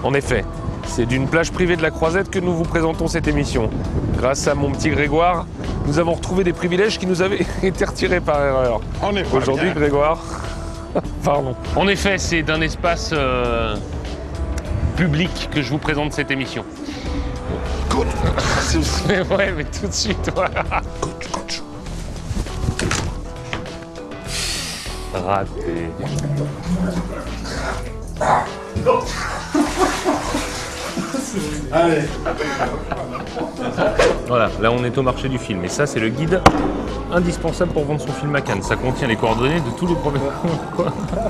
En effet, c'est d'une plage privée de la Croisette que nous vous présentons cette émission. Grâce à mon petit Grégoire, nous avons retrouvé des privilèges qui nous avaient été retirés par erreur. Aujourd'hui, Grégoire, pardon. En effet, c'est d'un espace public que je vous présente cette émission. Ouais, mais tout de suite, voilà. Raté. Allez. Voilà, là on est au marché du film. Et ça, c'est le guide indispensable pour vendre son film à Cannes. Ça contient les coordonnées de tous les premiers. Quoi ?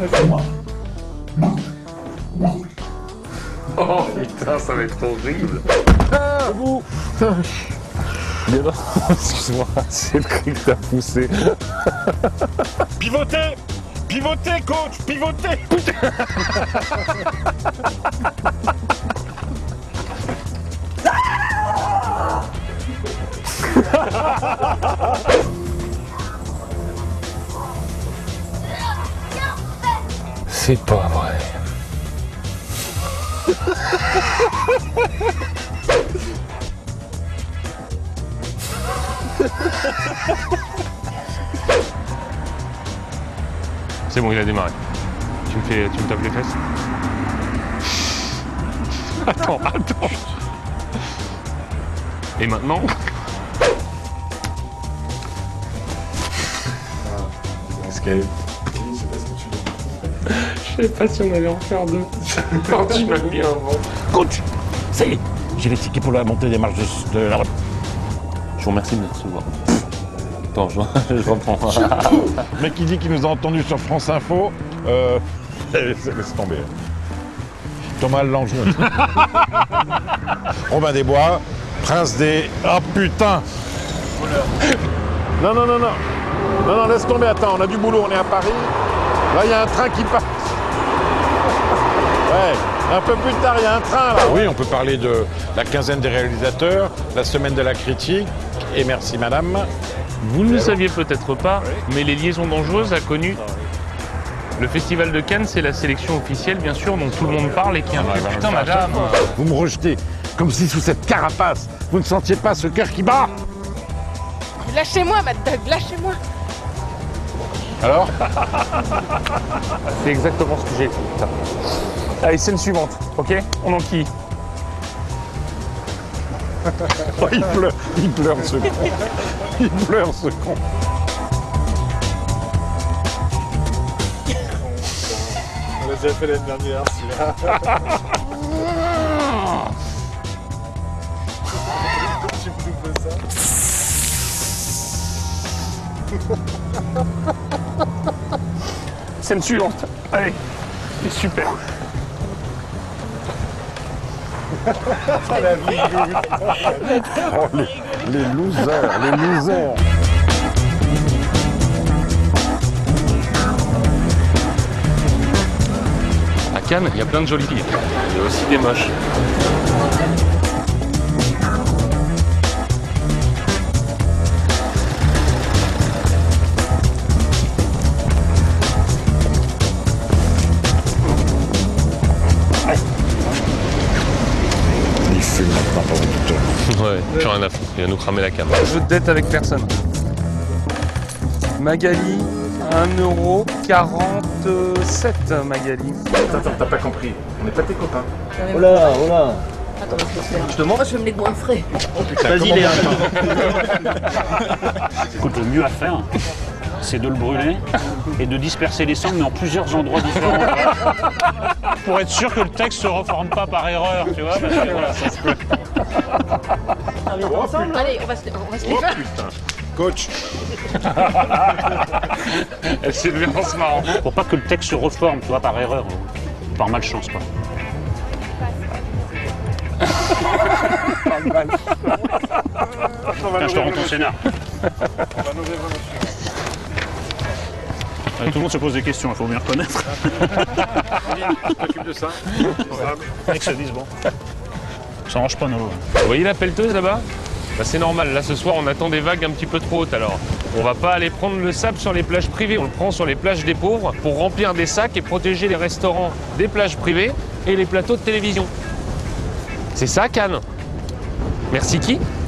Oh putain, ça va être horrible. Ah, vous. Excuse-moi, c'est le cri que t'as poussé. Pivotez. Pivotez, coach. Pivotez. C'est pas vrai. C'est bon, il a démarré. Tu me tapes les fesses. Attends. Et maintenant? Escape. Je sais pas si on allait en faire deux. Quand tu m'as mis un vent. Coach, ça y est, j'ai les tickets pour la montée des marches de la... Je vous remercie de me recevoir. Attends, je reprends. Le mec qui dit qu'il nous a entendus sur France Info, laisse tomber. Thomas Langeron. Robin des Bois, Prince des... Oh putain. Non, laisse tomber, attends, on a du boulot, on est à Paris. Là, il y a un train qui passe. Ouais, un peu plus tard, il y a un train là. Oui, on peut parler de la quinzaine des réalisateurs, la semaine de la critique, et merci madame. Vous ne le saviez peut-être pas, mais Les Liaisons Dangereuses a connu le Festival de Cannes, c'est la sélection officielle, bien sûr, dont tout le monde parle et qui inclut... Putain, madame. Vous me rejetez, comme si sous cette carapace, vous ne sentiez pas ce cœur qui bat. Lâchez-moi, Mad Dog, lâchez-moi. Alors? C'est exactement ce que j'ai fait. Allez, scène suivante, ok? On enquille. Oh, il pleure ce con. Il pleure ce con. On l'a déjà fait l'année dernière, celui-là. Tu me fais ça. Scène suivante. Allez, c'est super. Oh, les losers. À Cannes, il y a plein de jolies filles. Il y a aussi des moches. Il fume maintenant pendant tout le temps. Ouais, plus rien à foutre. Il va nous cramer la canne. Jeu de dette avec personne. Magali, 1,47 € Magali. Attends, t'as pas compris. On n'est pas tes copains. Oh là. Attends, je demande. Moi, je vais me les boire frais. Vas-y Léa. Écoute, le mieux à faire, c'est de le brûler et de disperser les cendres, mais en plusieurs endroits différents. Pour être sûr que le texte se reforme pas par erreur, tu vois. Parce que, voilà, ça se peut. Allez, on va se les faire. Putain. Coach. Elle s'est levée en se marrant. Pour pas que le texte se reforme, tu vois, par erreur, ou par malchance, quoi. Tiens, je te rends ton scénar. Tout le monde se pose des questions, il faut bien reconnaître. T'occupes de ça? Mec se disent, bon, ça range pas Nolo. Vous voyez la pelleteuse là-bas? Bah, c'est normal, là ce soir on attend des vagues un petit peu trop hautes alors. On va pas aller prendre le sable sur les plages privées, on le prend sur les plages des pauvres pour remplir des sacs et protéger les restaurants des plages privées et les plateaux de télévision. C'est ça, Cannes? Merci qui?